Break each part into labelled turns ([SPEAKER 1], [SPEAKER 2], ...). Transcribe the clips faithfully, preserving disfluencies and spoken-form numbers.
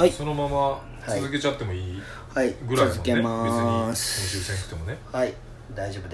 [SPEAKER 1] はい、
[SPEAKER 2] そのまま続けちゃってもいいぐらいのね、
[SPEAKER 1] 続けます。
[SPEAKER 2] 別に編集せんくてもね、
[SPEAKER 1] はい大丈夫です。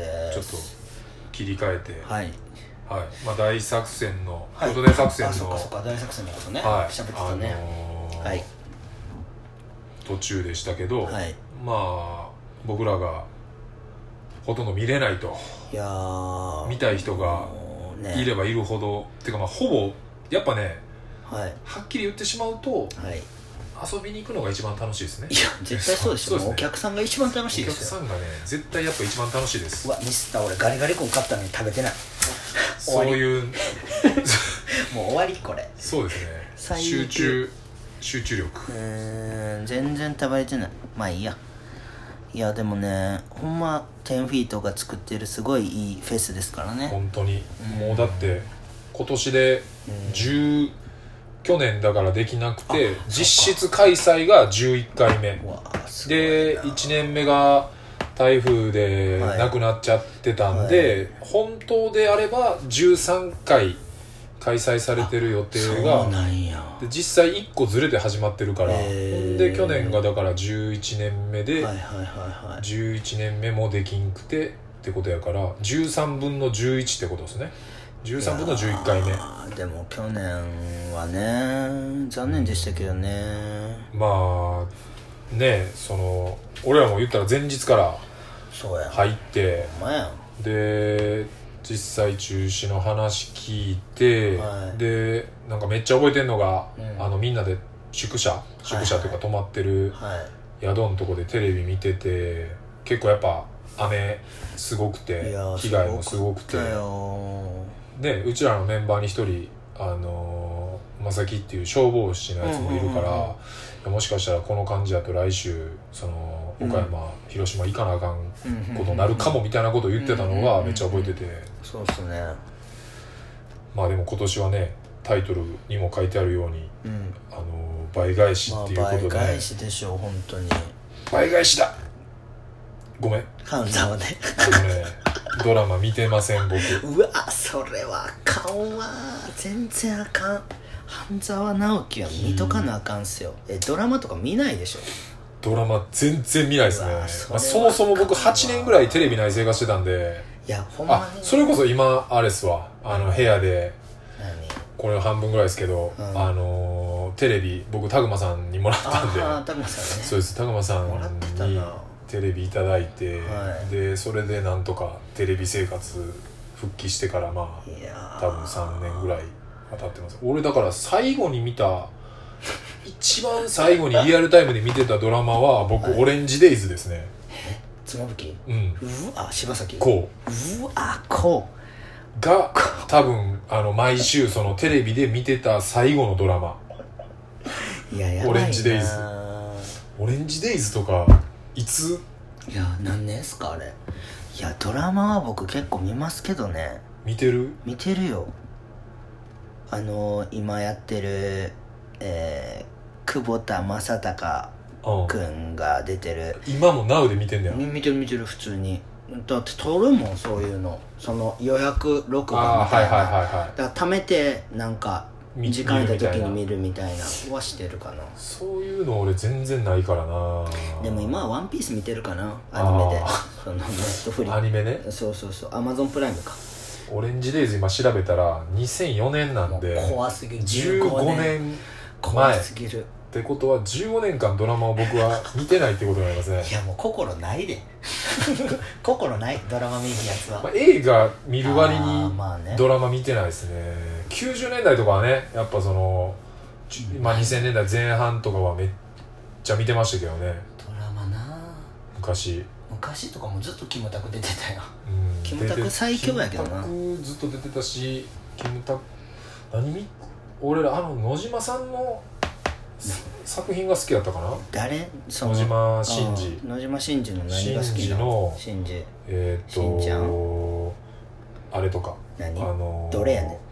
[SPEAKER 2] ちょっと切り替えて、
[SPEAKER 1] はい
[SPEAKER 2] はい、まあ大作戦の、
[SPEAKER 1] はい、
[SPEAKER 2] ことで作戦の、
[SPEAKER 1] あそっかそっか大作戦のことね、
[SPEAKER 2] はい、
[SPEAKER 1] 喋ってたね、
[SPEAKER 2] あのー、
[SPEAKER 1] はい
[SPEAKER 2] 途中でしたけど、
[SPEAKER 1] はい、
[SPEAKER 2] まあ僕らがほとんど見れないと、
[SPEAKER 1] いやー
[SPEAKER 2] 見たい人がいればいるほど、ね、てかまあほぼやっぱね、
[SPEAKER 1] はい、
[SPEAKER 2] はっきり言ってしまうと、
[SPEAKER 1] はい、
[SPEAKER 2] 遊びに行くのが一番楽しいですね。
[SPEAKER 1] いや絶対そうでしょ。ね、お客さんが一番楽しいですよ。
[SPEAKER 2] お客さんがね絶対やっぱ一番楽しいです。
[SPEAKER 1] うわミスった俺ガリガリ君買ったのに食べてない
[SPEAKER 2] そういう
[SPEAKER 1] もう終わりこれ。
[SPEAKER 2] そうですね、集中集中力、
[SPEAKER 1] うーん全然食べれてない。まあいいや。いやでもねほんまじゅうフィートが作ってるすごいいいフェスですからね
[SPEAKER 2] 本当に。もうだって今年でじゅう、去年だからできなくて実質開催がじゅういっかいめで、いちねんめが台風でなくなっちゃってたんで、はいはい、本当であればじゅうさんかい開催されてる予定が、
[SPEAKER 1] そうなんや。
[SPEAKER 2] で実際いっこずれて始まってるから、ほんで去年がだからじゅういちねんめで、はいはいはいはい、じゅういちねんめもできんくてってことやからじゅうさんぶんのじゅういちってことですね。じゅうさんぶんのじゅういっかいめ。
[SPEAKER 1] でも去年はね残念でしたけどね、
[SPEAKER 2] うん、まあねその俺らも言ったら前日から入ってで実際中止の話聞いて、はい、でなんかめっちゃ覚えてんのが、うん、あのみんなで宿舎宿舎というか泊まってる宿のとこでテレビ見てて、結構やっぱ雨すごくて被害もすごくてでうちらのメンバーに一人あのまさきっていう消防士のやつもいるから、うんうんうん、もしかしたらこの感じだと来週その岡山、うん、広島行かなあかんことになるかもみたいなことを言ってたのがめっちゃ覚えてて、
[SPEAKER 1] そうっすね。
[SPEAKER 2] まあでも今年はねタイトルにも書いてあるように、うん、あの倍返しっていうことで、ね、
[SPEAKER 1] まあ、倍返しでしょう本当に。
[SPEAKER 2] 倍返しだ。ごめん
[SPEAKER 1] 半沢ね
[SPEAKER 2] ねドラマ見てません僕。
[SPEAKER 1] うわそれはあかんわ。全然あかん。半沢直樹は見とかなあかんっすよ。えドラマとか見ないでしょ。
[SPEAKER 2] ドラマ全然見ないですね。そ,、まあ、そもそも僕はちねんぐらいテレビない生活してたんで。
[SPEAKER 1] いやほんまに、
[SPEAKER 2] あそれこそ今あれっすわあの部屋でこれ半分ぐらいですけど、うん、あのテレビ僕タグマさんにもらったんで。
[SPEAKER 1] あタグマさんね。
[SPEAKER 2] そうですタグマさんにテレビいただいて、はい、でそれでなんとかテレビ生活復帰してからまあ多分さんねんぐらいは経ってます。俺だから最後に見た一番最後にリアルタイムで見てたドラマは僕、はい、オレンジデイズですね。
[SPEAKER 1] え妻夫木、
[SPEAKER 2] うん、
[SPEAKER 1] うわ柴咲
[SPEAKER 2] コ
[SPEAKER 1] ウうわコ
[SPEAKER 2] ウが多分あの毎週そのテレビで見てた最後のドラマ。
[SPEAKER 1] いややばいな。
[SPEAKER 2] オレンジデイズオレンジデイズとかいつ。
[SPEAKER 1] いや何年っすかあれ。いやドラマは僕結構見ますけどね。
[SPEAKER 2] 見てる
[SPEAKER 1] 見てるよ。あの今やってるえー、久保田正孝くんが出てる、
[SPEAKER 2] うん、今もナウで見てんだよ。
[SPEAKER 1] 見てる見てる普通に。だって撮るもんそういうのその予約録画みたいな、はいはいはいはい、だから貯めてなんか時間いた時に見るみたいなはしてるかな。
[SPEAKER 2] そういうの俺全然ないからな。
[SPEAKER 1] でも今はワンピース見てるかなアニメで。そのネットフリ
[SPEAKER 2] アニメね。
[SPEAKER 1] そうそうそうアマゾンプライムか。
[SPEAKER 2] オレンジデイズ今調べたらにせんよねんなんで
[SPEAKER 1] 怖すぎる。
[SPEAKER 2] じゅうごねん
[SPEAKER 1] 怖すぎる
[SPEAKER 2] ってことはじゅうごねんかんドラマを僕は見てないってことになりますね。
[SPEAKER 1] いやもう心ないで心ないドラマ見るやつは、
[SPEAKER 2] まあ、映画見る割にドラマ見てないですね。きゅうじゅうねんだいとかはねやっぱその、まあ、にせんねんだいぜん半とかはめっちゃ見てましたけどね
[SPEAKER 1] ドラマな。
[SPEAKER 2] 昔
[SPEAKER 1] 昔とかもずっとキムタク出てたよ、うん、キムタク最強やけどな。
[SPEAKER 2] キムタクずっと出てたしキムタク何見俺らあの野島さんの作品が好きだったかな。
[SPEAKER 1] 誰その
[SPEAKER 2] 野島真司。
[SPEAKER 1] 野島真司の何が好きなの。真司
[SPEAKER 2] えー、っと
[SPEAKER 1] 真ちゃん
[SPEAKER 2] あれとか
[SPEAKER 1] 何、
[SPEAKER 2] あのー、
[SPEAKER 1] どれやねん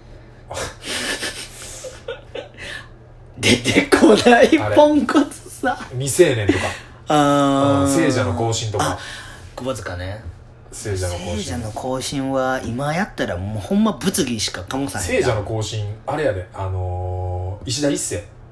[SPEAKER 1] 出てこないポンコツさ
[SPEAKER 2] 未成年とか
[SPEAKER 1] あ
[SPEAKER 2] 聖者の行進とか。
[SPEAKER 1] 窪塚ね。
[SPEAKER 2] 聖者の行進。
[SPEAKER 1] 聖者の行進は今やったらもうほんま物議しか醸さへん。
[SPEAKER 2] 聖者の行進あれやであのー、石田一世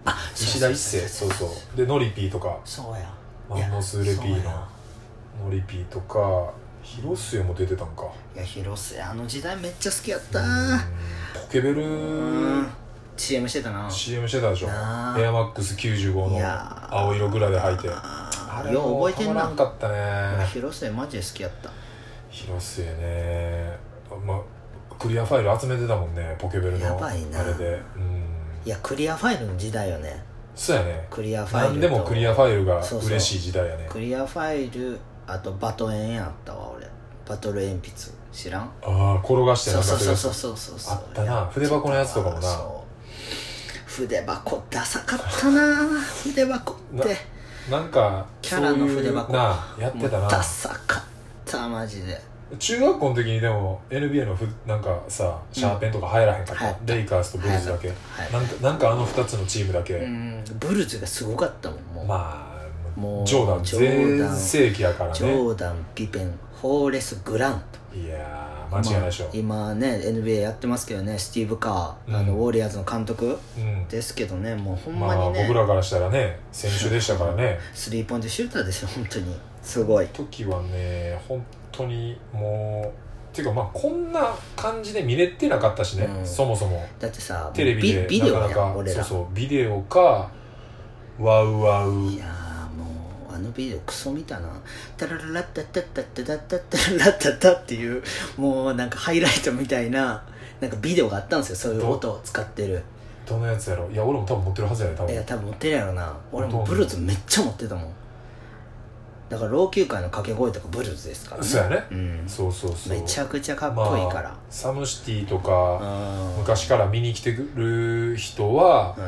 [SPEAKER 1] あ
[SPEAKER 2] 石田一世そうそうでノリピーとか
[SPEAKER 1] そうや
[SPEAKER 2] マンモスレピーのノリピーとか広末も出てたんか。
[SPEAKER 1] いや広末あの時代めっちゃ好きやったポ
[SPEAKER 2] ケベル
[SPEAKER 1] シーエム してたな
[SPEAKER 2] シーエム してたでしょ。エアマックスきゅうじゅうごの青色グラで履いて
[SPEAKER 1] あれよう覚えてんな。
[SPEAKER 2] たまらんかったね。
[SPEAKER 1] 広末マジで好きやった。
[SPEAKER 2] 広末ね、まあ、クリアファイル集めてたもんねポケベルの
[SPEAKER 1] やばいな
[SPEAKER 2] あれで、うん、
[SPEAKER 1] いやクリアファイルの時代よね。
[SPEAKER 2] そうやね。
[SPEAKER 1] クリアファイルと
[SPEAKER 2] 何でもクリアファイルが嬉しい時代やね。
[SPEAKER 1] そうそうクリアファイルあとバトエンやったわ俺。バトル鉛筆知らん？
[SPEAKER 2] ああ転がしてなんか
[SPEAKER 1] そうそうそうそうそうそう
[SPEAKER 2] あったな。筆箱のやつとかもな。
[SPEAKER 1] 筆箱ダサかったな筆箱って
[SPEAKER 2] な, なんか
[SPEAKER 1] キャラの筆箱
[SPEAKER 2] なやってたな。
[SPEAKER 1] ダサかったマジで。
[SPEAKER 2] 中学校の時にでも エヌビーエー のふなんかさシャーペンとか入らへんかった、うん、レイカーズとブルーズだけなんか、なんかあのふたつのチームだけ、
[SPEAKER 1] うん、ブルーズがすごかったもん。もう
[SPEAKER 2] まあもうジョーダン全盛期やからね。
[SPEAKER 1] ジョーダンピペンホーレス・グラン
[SPEAKER 2] トいやー間違いないでしょ、
[SPEAKER 1] まあ、今ね エヌビーエー やってますけどねスティーブ・カー、うん、あのウォリアーズの監督、うん、ですけどねもうほんまにね、
[SPEAKER 2] まあ、僕らからしたらね選手でしたからね
[SPEAKER 1] スリーポイントシューターですよ本当にすごい
[SPEAKER 2] 時はね本当にもうっていうかまあこんな感じで見れてなかったしね、うん、そもそも
[SPEAKER 1] だってさ
[SPEAKER 2] テレビで
[SPEAKER 1] ビデオやん
[SPEAKER 2] なかなか
[SPEAKER 1] 俺ら
[SPEAKER 2] そうそうビデオかワウワウ
[SPEAKER 1] いやもうあのビデオクソ見たなタラララッタッタッタッタッタッタッタッタッタッタッっていうもうなんかハイライトみたいななんかビデオがあったんですよ。そういう音を使ってる
[SPEAKER 2] どのやつやろ。いや俺も多分持ってるはずやね多分。
[SPEAKER 1] いや多分持ってるやろな。俺もブルーズめっちゃ持ってたもん。だから老朽化の掛け声とかブルーズですからね。
[SPEAKER 2] そうやね、
[SPEAKER 1] うん、
[SPEAKER 2] そうそうそう
[SPEAKER 1] めちゃくちゃかっこいいから、まあ、
[SPEAKER 2] サムシティとか昔から見に来てくる人は、はい、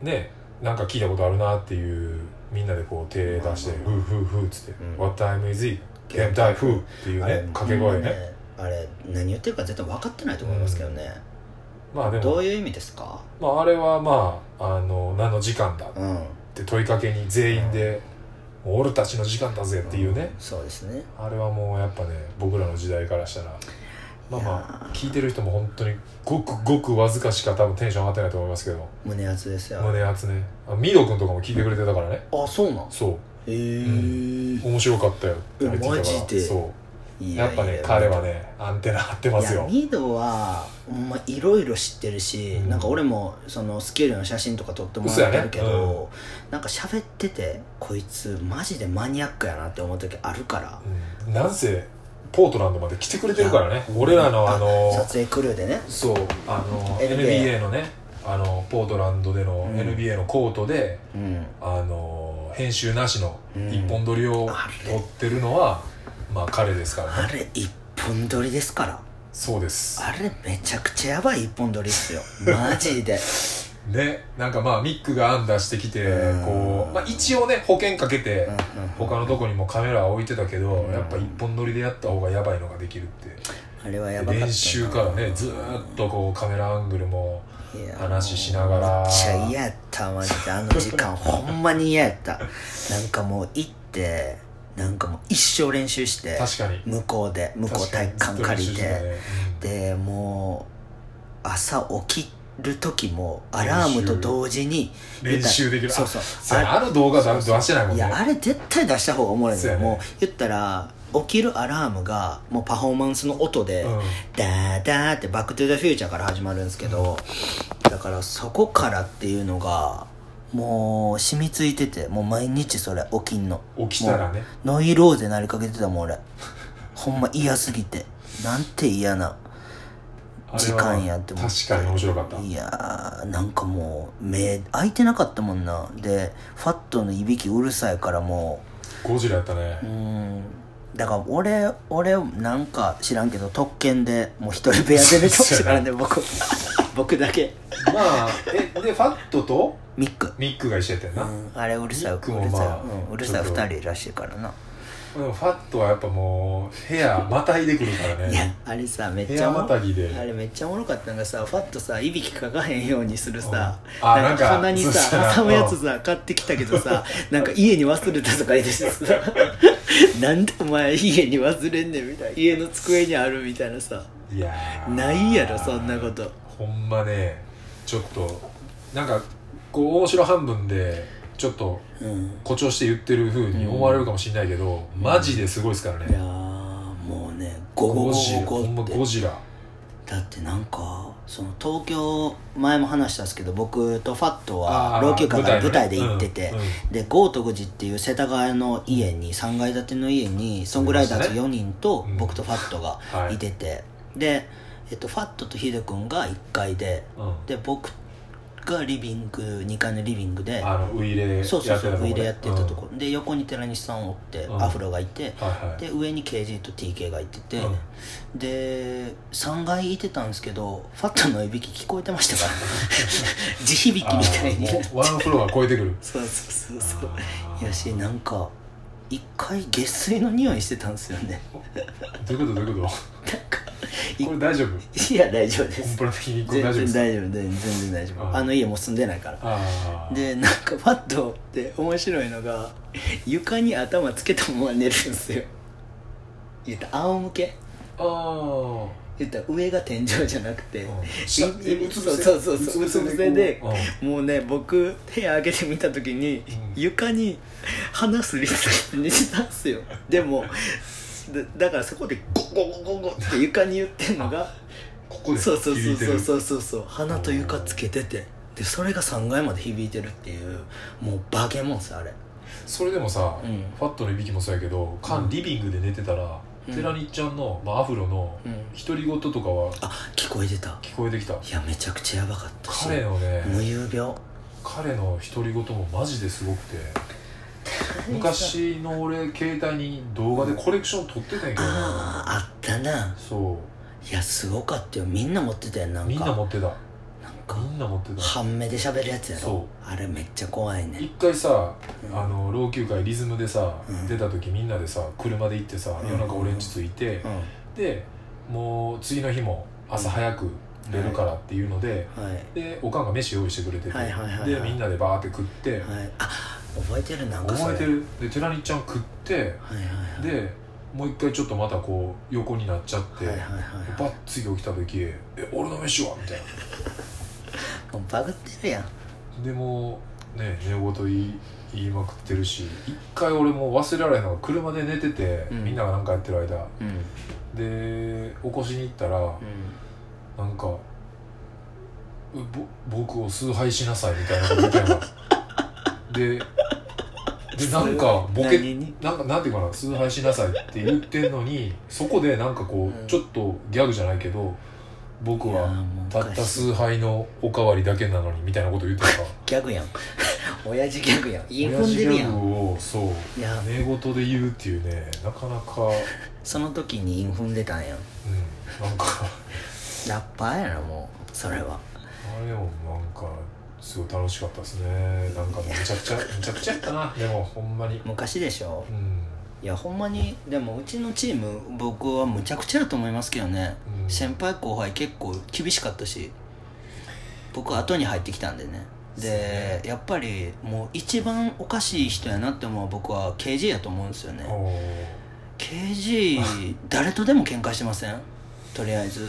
[SPEAKER 2] ねなんか聞いたことあるなっていうみんなでこう手出してフーフーフーっつって、うん、What time is it? Game time フーっていうね掛け声ね、ね
[SPEAKER 1] あれ何言ってるか絶対分かってないと思いますけどね、うん、まあでもどういう意味ですか。
[SPEAKER 2] まああれはまああの何の時間だって問いかけに全員で、うん、もう俺たちの時間だぜっていうね、
[SPEAKER 1] うん、そうですね。
[SPEAKER 2] あれはもうやっぱね僕らの時代からしたらまあまあ聞いてる人も本当にごくごくわずかしか多分テンション上がってないと思いますけど
[SPEAKER 1] 胸熱ですよ。
[SPEAKER 2] 胸熱ね。ミド君とかも聞いてくれてたからね。
[SPEAKER 1] あそうなん。
[SPEAKER 2] そう
[SPEAKER 1] へえ、うん、
[SPEAKER 2] 面白かったよって言ってたから。マジで。そういややっぱね彼はねアンテナ張ってますよ。いや
[SPEAKER 1] ミドはまあいろいろ知ってるし、うん、なんか俺もそのスケールの写真とか撮ってもらってるけど、ねうん、なんか喋っててこいつマジでマニアックやなって思う時あるから、
[SPEAKER 2] うん、なんせポートランドまで来てくれてるからね。俺らのあの
[SPEAKER 1] 撮影クルーでね。
[SPEAKER 2] そうあの エヌビーエー のねあのポートランドでの エヌビーエー のコートで、うん、あの編集なしの一本撮りを撮ってるのは、うん、まあ彼ですからね。
[SPEAKER 1] あれ一本撮りですから。
[SPEAKER 2] そうです。
[SPEAKER 1] あれめちゃくちゃやばい一本撮りっすよマジで
[SPEAKER 2] ね、なんかまあミックが案出してきてこう、まあ、一応ね保険かけて他のとこにもカメラ置いてたけどやっぱ一本撮りでやった方がやばいのができるって
[SPEAKER 1] あれはやばかったな。
[SPEAKER 2] 練習からねずーっとこうカメラアングルも話しながら
[SPEAKER 1] めっちゃ嫌やったマジであの時間ほんまに嫌やったなんかもう行ってなんかもう一生練習して
[SPEAKER 2] 確かに
[SPEAKER 1] 向こうで向こう体育館借りて、ねうん、でもう朝起きる時もアラームと同時に
[SPEAKER 2] 練習できる。
[SPEAKER 1] そうそう
[SPEAKER 2] あの動画出してないもんね。
[SPEAKER 1] いやあれ絶対出した方がおもろいんだよ、ね、もう言ったら起きるアラームがもうパフォーマンスの音で、うん、ダーダーってバックトゥザフューチャーから始まるんですけど、うん、だからそこからっていうのがもう染みついててもう毎日それ起きんの
[SPEAKER 2] 起きたらね
[SPEAKER 1] ノイローゼなりかけてたもん俺ほんま嫌すぎてなんて嫌な時間やって
[SPEAKER 2] 思って。確かに面白かった。
[SPEAKER 1] いやーなんかもう目開いてなかったもんな。でファットのいびきうるさいからも
[SPEAKER 2] うゴジラやったね。
[SPEAKER 1] うんだから俺俺なんか知らんけど特権でもう一人部屋で寝てほしいからね僕僕だけ。
[SPEAKER 2] まあえでファットと
[SPEAKER 1] ミック
[SPEAKER 2] ミックが一緒やったよな、
[SPEAKER 1] うん、あれうるさい、
[SPEAKER 2] ミックもまあ、
[SPEAKER 1] うん、うるさいふたりらしいからな。
[SPEAKER 2] でもファットはやっぱもう部屋またいでくるからね。
[SPEAKER 1] いやあれさめっちゃ
[SPEAKER 2] 部屋またぎで
[SPEAKER 1] あれめっちゃおもろかったのがさファットさいびきかかへんようにするさ、
[SPEAKER 2] うん、あなんか
[SPEAKER 1] 鼻にさ挟むやつさ買ってきたけどさなんか家に忘れたとか言ってさなんでお前家に忘れんねんみたいな家の机にあるみたいなさ。
[SPEAKER 2] いや
[SPEAKER 1] ないやろそんなこと。
[SPEAKER 2] ほんまねちょっとなんかこう面白半分でちょっと誇張して言ってる風に思われるかもしれないけど、うん、マジですごいですからね。
[SPEAKER 1] いやもうねゴゴゴゴゴって
[SPEAKER 2] ほんまゴジラ
[SPEAKER 1] だってなんかその東京前も話したんですけど僕とファットは老朽化から舞台で行ってて、ねうん、で豪徳寺っていう世田谷の家にさんがい建ての家にソングライダーズよにんと僕とファットがいてて、うん、で、えっと、ファットとヒデ君がいっかいで、うん、で僕がリビングにかいのリビングで
[SPEAKER 2] あのウイレ
[SPEAKER 1] そうそうそうウイレやってたところ、うん、で横に寺西さんおって、うん、アフロがいて、
[SPEAKER 2] はいはい、
[SPEAKER 1] で上に ケージー と ティーケー がいてて、うん、でさんがいいてたんですけどファットのいびき聞こえてましたから地響きみたいに
[SPEAKER 2] ワンフロア超えてくる
[SPEAKER 1] そうそうそうそうやしなんか一回下水の匂いしてたんですよね
[SPEAKER 2] どういうことどういうことなんかこれ大丈夫？
[SPEAKER 1] いや大丈夫です。
[SPEAKER 2] コンプラ的にこれ大丈夫です。
[SPEAKER 1] 全然大丈夫全然大丈夫。あ, あの家もう住んでないから。
[SPEAKER 2] あ
[SPEAKER 1] でなんかパッとって面白いのが床に頭つけたまま寝るんですよ。言った仰向け。
[SPEAKER 2] ああ。
[SPEAKER 1] 言ったら上が天井じゃなくて、
[SPEAKER 2] うん、
[SPEAKER 1] そうそうそうそううつ伏せで、うん、もうね僕部屋開けてみた時に、うん、床に鼻すりつけて寝てたんですよ。でもだからそこでゴゴゴゴゴって床に言ってんのが
[SPEAKER 2] ここで
[SPEAKER 1] そうそうそうそうそうそうそう鼻と床つけててでそれがさんがいまで響いてるっていうもうバケモンっすあれ。
[SPEAKER 2] それでもさ、うん、ファットのいびきもそうやけど缶リビングで寝てたら、うん、寺西ちゃんの、まあ、アフロの独り言とかは、うん、
[SPEAKER 1] あ聞こえてた
[SPEAKER 2] 聞こえてきた。
[SPEAKER 1] いやめちゃくちゃやばかったし
[SPEAKER 2] 彼のね
[SPEAKER 1] 無遊病
[SPEAKER 2] 彼の独り言もマジですごくて昔の俺携帯に動画でコレクション撮ってたんやけどな。
[SPEAKER 1] あああったな。
[SPEAKER 2] そう
[SPEAKER 1] いやすごかったよ。みんな持ってたやん。なんか
[SPEAKER 2] みんな持ってた
[SPEAKER 1] なんか
[SPEAKER 2] みんな持ってた
[SPEAKER 1] 半目で喋るやつやろ。
[SPEAKER 2] そう
[SPEAKER 1] あれめっちゃ怖いね。
[SPEAKER 2] 一回さ、うん、あの老朽化リズムでさ、うん、出た時みんなでさ車で行ってさ、うん、夜中俺んち着いて、うん、でもう次の日も朝早く出るからっていうので、はい、でおかんが飯用意してくれてて、はいはいはいはい、でみんなでバーって食って、はい、
[SPEAKER 1] あ覚えてるなんか
[SPEAKER 2] それ覚えてる。で寺西ちゃん食って、はいはいはい、でもう一回ちょっとまたこう横になっちゃって、はいはいはいはい、バッ次起きた時え俺の飯はみたい
[SPEAKER 1] なもうバグってるや
[SPEAKER 2] ん。でもね寝言言い言いまくってるし一回俺もう忘れられへんのが車で寝てて、うん、みんなが何かやってる間、うん、で起こしに行ったら、うん、なんか僕を崇拝しなさいみたいなこと言ってんのででなんかボケなんかなんていうかな崇拝しなさいって言ってんのにそこでなんかこう、うん、ちょっとギャグじゃないけど僕はたった崇拝のおかわりだけなのにみたいなこと言ってた
[SPEAKER 1] ギャグやん親父ギャグやん言い踏んでるやん。
[SPEAKER 2] 親父ギャグをそう寝言で言うっていうねなかなか
[SPEAKER 1] その時に韻踏んでたんやん。
[SPEAKER 2] うんなんか
[SPEAKER 1] ラッパーやなもうそれは。
[SPEAKER 2] あれもなんかすごい楽しかったですね。なんかめちゃくちゃめちゃくちゃやったな。でもほんまに
[SPEAKER 1] 昔でしょ、
[SPEAKER 2] うん、
[SPEAKER 1] いやほんまにでもうちのチーム僕はむちゃくちゃだと思いますけどね、うん、先輩後輩結構厳しかったし僕後に入ってきたんでね。で、ね、やっぱりもう一番おかしい人やなって思う僕は ケージー やと思うんですよね。 ケージー 誰とでも喧嘩してません？とりあえず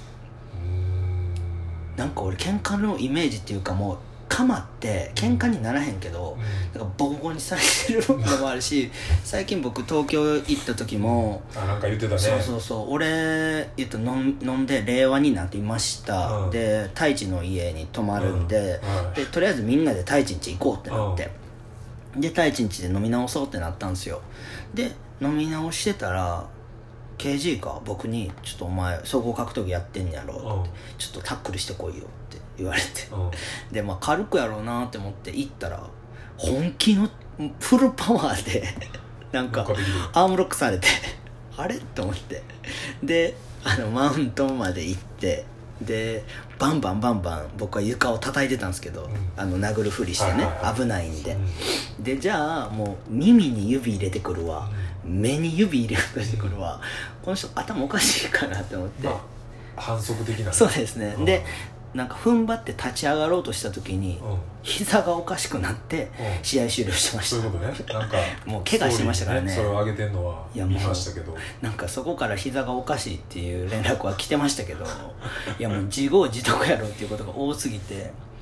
[SPEAKER 1] なんか俺喧嘩のイメージっていうかもうかまって喧嘩にならへんけど、うん、なんかボコボコにされてるのもあるし最近僕東京行った時も
[SPEAKER 2] あなんか言ってたね。
[SPEAKER 1] そうそうそう俺言うと 飲, 飲んで令和になっていました、うん、で太一の家に泊まるんで、うんはい、でとりあえずみんなで太一ん家行こうってなって、うん、で太一ん家で飲み直そうってなったんですよ。で飲み直してたらケージー か僕にちょっとお前総合格闘技やってんやろって、うん、ちょっとタックルしてこいよって言われて、うん、でまあ軽くやろうなって思って行ったら本気のフルパワーでなんかアームロックされてあれと思ってであのマウントまで行ってでバンバンバンバン僕は床を叩いてたんですけど、うん、あの殴るふりしてね、はいはいはい、危ないんで、うん、でじゃあもう耳に指入れてくるわ、うん、目に指入れてくるわ、うん、この人頭おかしいかなって思って、ま
[SPEAKER 2] あ、反則的な、ね、
[SPEAKER 1] そうですね、うん、でなんか踏ん張って立ち上がろうとした時に、うん、膝がおかしくなって試合終了しました、
[SPEAKER 2] うん、そういうことね。なんか
[SPEAKER 1] もう怪我してましたからね。
[SPEAKER 2] それを上げてんのは見ましたけど
[SPEAKER 1] なんかそこから膝がおかしいっていう連絡は来てましたけどいやもう自業自得やろっていうことが多すぎて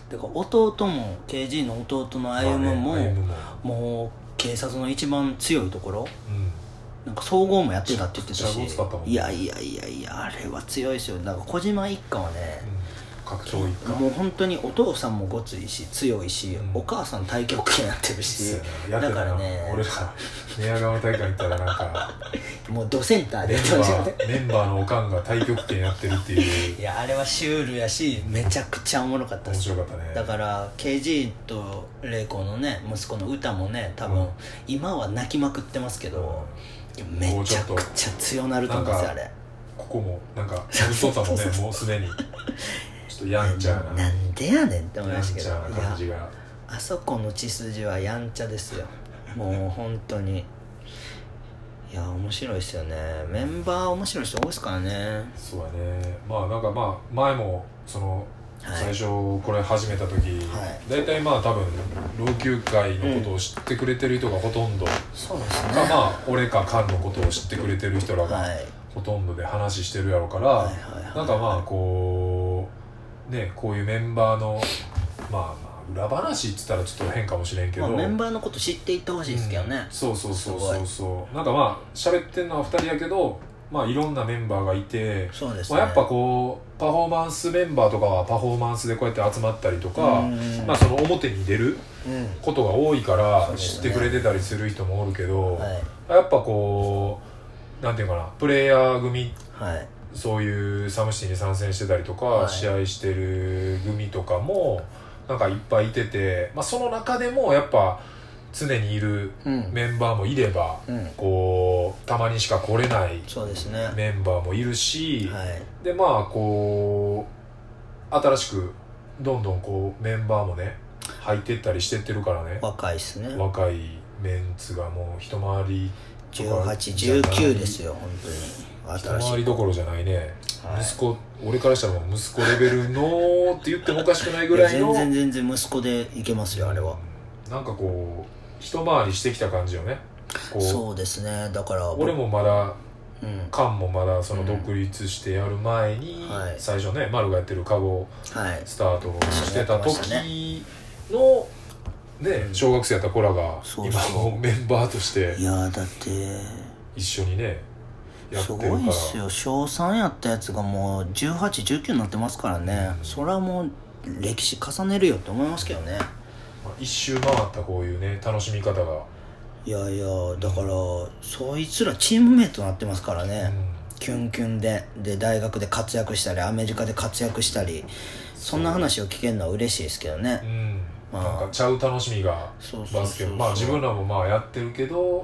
[SPEAKER 1] だから弟も ケージー の弟の歩夢も、まあね、も, もう警察の一番強いところ、うん、なんか総合もやってたって言ってたし、いやいやいやいやあれは強いですよ。だから小島一家はね、
[SPEAKER 2] うん、格闘一家
[SPEAKER 1] もう本当にお父さんもごついし強いし、うん、お母さん太極拳やってるし、
[SPEAKER 2] だからね俺ら寝屋川大会行ったらなんか
[SPEAKER 1] もうドセンターで
[SPEAKER 2] メンバーメンバーのおかんが太極拳やってるっていう
[SPEAKER 1] いやあれはシュールやしめちゃくちゃおもろかったです。
[SPEAKER 2] 面白かったね。
[SPEAKER 1] だから ケージー と玲子のね息子の歌もね多分、うん、今は泣きまくってますけど、うん、めちゃくちゃ強なると思うんですよあれ。
[SPEAKER 2] ここもなんかお父さんもねもうすでにちょっとやんちゃな
[SPEAKER 1] なんでやねんって思いましたけど、
[SPEAKER 2] やんちゃな感じが
[SPEAKER 1] あそこの血筋はやんちゃですよもう本当に。いや面白いですよね。メンバー面白い人多いですからね。
[SPEAKER 2] そうやね。まあなんかまあ前もその、はい、最初これ始めた時、はい、大体まあ多分老朽会のことを知ってくれてる人がほとんど、うん、
[SPEAKER 1] そうですね。
[SPEAKER 2] かまあ俺かカンのことを知ってくれてる人らがほとんどで話してるやろから、はいはいはいはい、なんかまあこうねこういうメンバーのまあまあ裏話って言ったらちょっと変かもしれんけど、まあ、
[SPEAKER 1] メンバーのこと知っていってほしいですけどね、
[SPEAKER 2] うん、そうそうそうそうそうなんかまあ喋ってんのはふたりやけどまあいろんなメンバーがいて、
[SPEAKER 1] そうですね、
[SPEAKER 2] まあ、やっぱこうパフォーマンスメンバーとかはパフォーマンスでこうやって集まったりとか、まあ、その表に出ることが多いから知ってくれてたりする人もおるけど、はい、やっぱこうなんていうかなプレイヤー組、はい、そういうサムシティに参戦してたりとか、はい、試合してる組とかもなんかいっぱいいてて、まあ、その中でもやっぱ常にいるメンバーもいれば、うん、こうたまにしか来れないメンバーもいるし、
[SPEAKER 1] はい、
[SPEAKER 2] でまあこう新しくどんどんこうメンバーもね入ってったりしてってるからね。
[SPEAKER 1] 若いっすね。
[SPEAKER 2] 若いメンツがもう一回り
[SPEAKER 1] じゅうはち、じゅうきゅうですよ本当に。
[SPEAKER 2] 一回りどころじゃないね、はい、息子俺からしたらもう息子レベルのって言ってもおかしくないぐらいの
[SPEAKER 1] 全然全然息子でいけますよあれは。
[SPEAKER 2] なんかこう一回りしてきた感じよね。こう
[SPEAKER 1] そうですね。だから
[SPEAKER 2] 俺もまだ、うん、カンもまだその独立してやる前に、うんはい、最初ね丸がやってるカゴスタートしてた時の、ね、小学生やった子らが今のメンバーとして
[SPEAKER 1] いやだって
[SPEAKER 2] 一緒にねやってるから。すごいっすよ。
[SPEAKER 1] 小さんやったやつがもうじゅうはち、じゅうきゅうになってますからね、うん、それはもう歴史重ねるよって思いますけどね。
[SPEAKER 2] まあ、一周回ったこういうね楽しみ方が
[SPEAKER 1] いやいやだから、うん、そいつらチームメイトになってますからね、うん、キュンキュンでで大学で活躍したりアメリカで活躍したり そ, そんな話を聞けるのは嬉しいですけどね、
[SPEAKER 2] うんまあ、なんかちゃう楽しみがバスケまあ自分らもまあやってるけど、うん、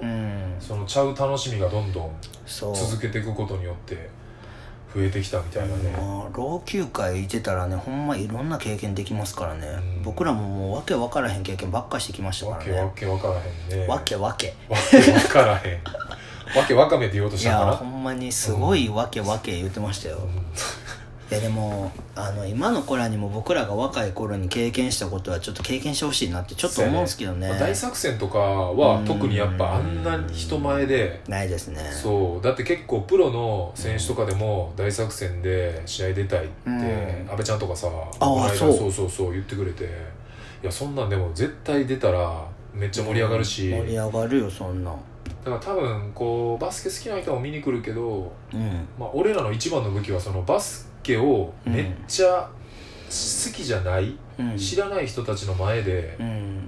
[SPEAKER 2] そのちゃう楽しみがどんどん続けていくことによって増えてきたみたいなね、
[SPEAKER 1] まあ、老朽会いてたらねほんまいろんな経験できますからね、うん、僕らももうわけわからへん経験ばっかしてきましたからね。
[SPEAKER 2] わけわけわからへんね。
[SPEAKER 1] わけわけ
[SPEAKER 2] わけわからへんわけわかめって言おうとしたかな。
[SPEAKER 1] いやほんまにすごいわけわけ言ってましたよ、うんいやでもあの今の子らにも僕らが若い頃に経験したことはちょっと経験してほしいなってちょっと思うんですけどね。
[SPEAKER 2] 大作戦とかは特にやっぱあんな人前で
[SPEAKER 1] ないですね。
[SPEAKER 2] そうだって結構プロの選手とかでも大作戦で試合出たいって阿部ちゃんとかさ
[SPEAKER 1] あそう
[SPEAKER 2] そうそうそう言ってくれて、いやそんなんでも絶対出たらめっちゃ盛り上がるし、
[SPEAKER 1] 盛り上がるよそんなん。
[SPEAKER 2] だから多分こうバスケ好きな人も見に来るけど、うんまあ、俺らの一番の武器はそのバスケをめっちゃ好きじゃない、うん、知らない人たちの前で、うん、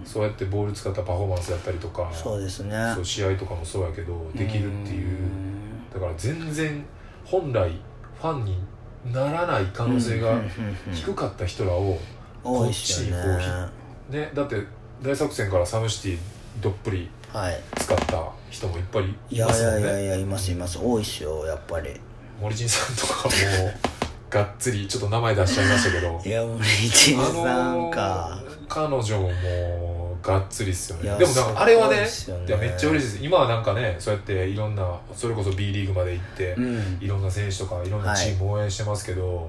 [SPEAKER 2] そうやってボール使ったパフォーマンスやったりとか
[SPEAKER 1] そうですね
[SPEAKER 2] そう試合とかもそうやけどできるっていう、だから全然本来ファンにならない可能性が低かった人らをこっちにこう、ね、だって大作戦からサムシティどっぷり使った人もいっぱいいますもんね。
[SPEAKER 1] いやいやいやいますいます多いっすよやっぱり。
[SPEAKER 2] 森陣さんとかもがっつりちょっと名前出しちゃいましたけど
[SPEAKER 1] いや森陣さんか、
[SPEAKER 2] あのー、彼女もがっつりっすよね。でもなんかあれはね、いやめっちゃ嬉しいです。今はなんかねそうやっていろんなそれこそ B リーグまで行って、うん、いろんな選手とかいろんなチーム応援してますけど、はい、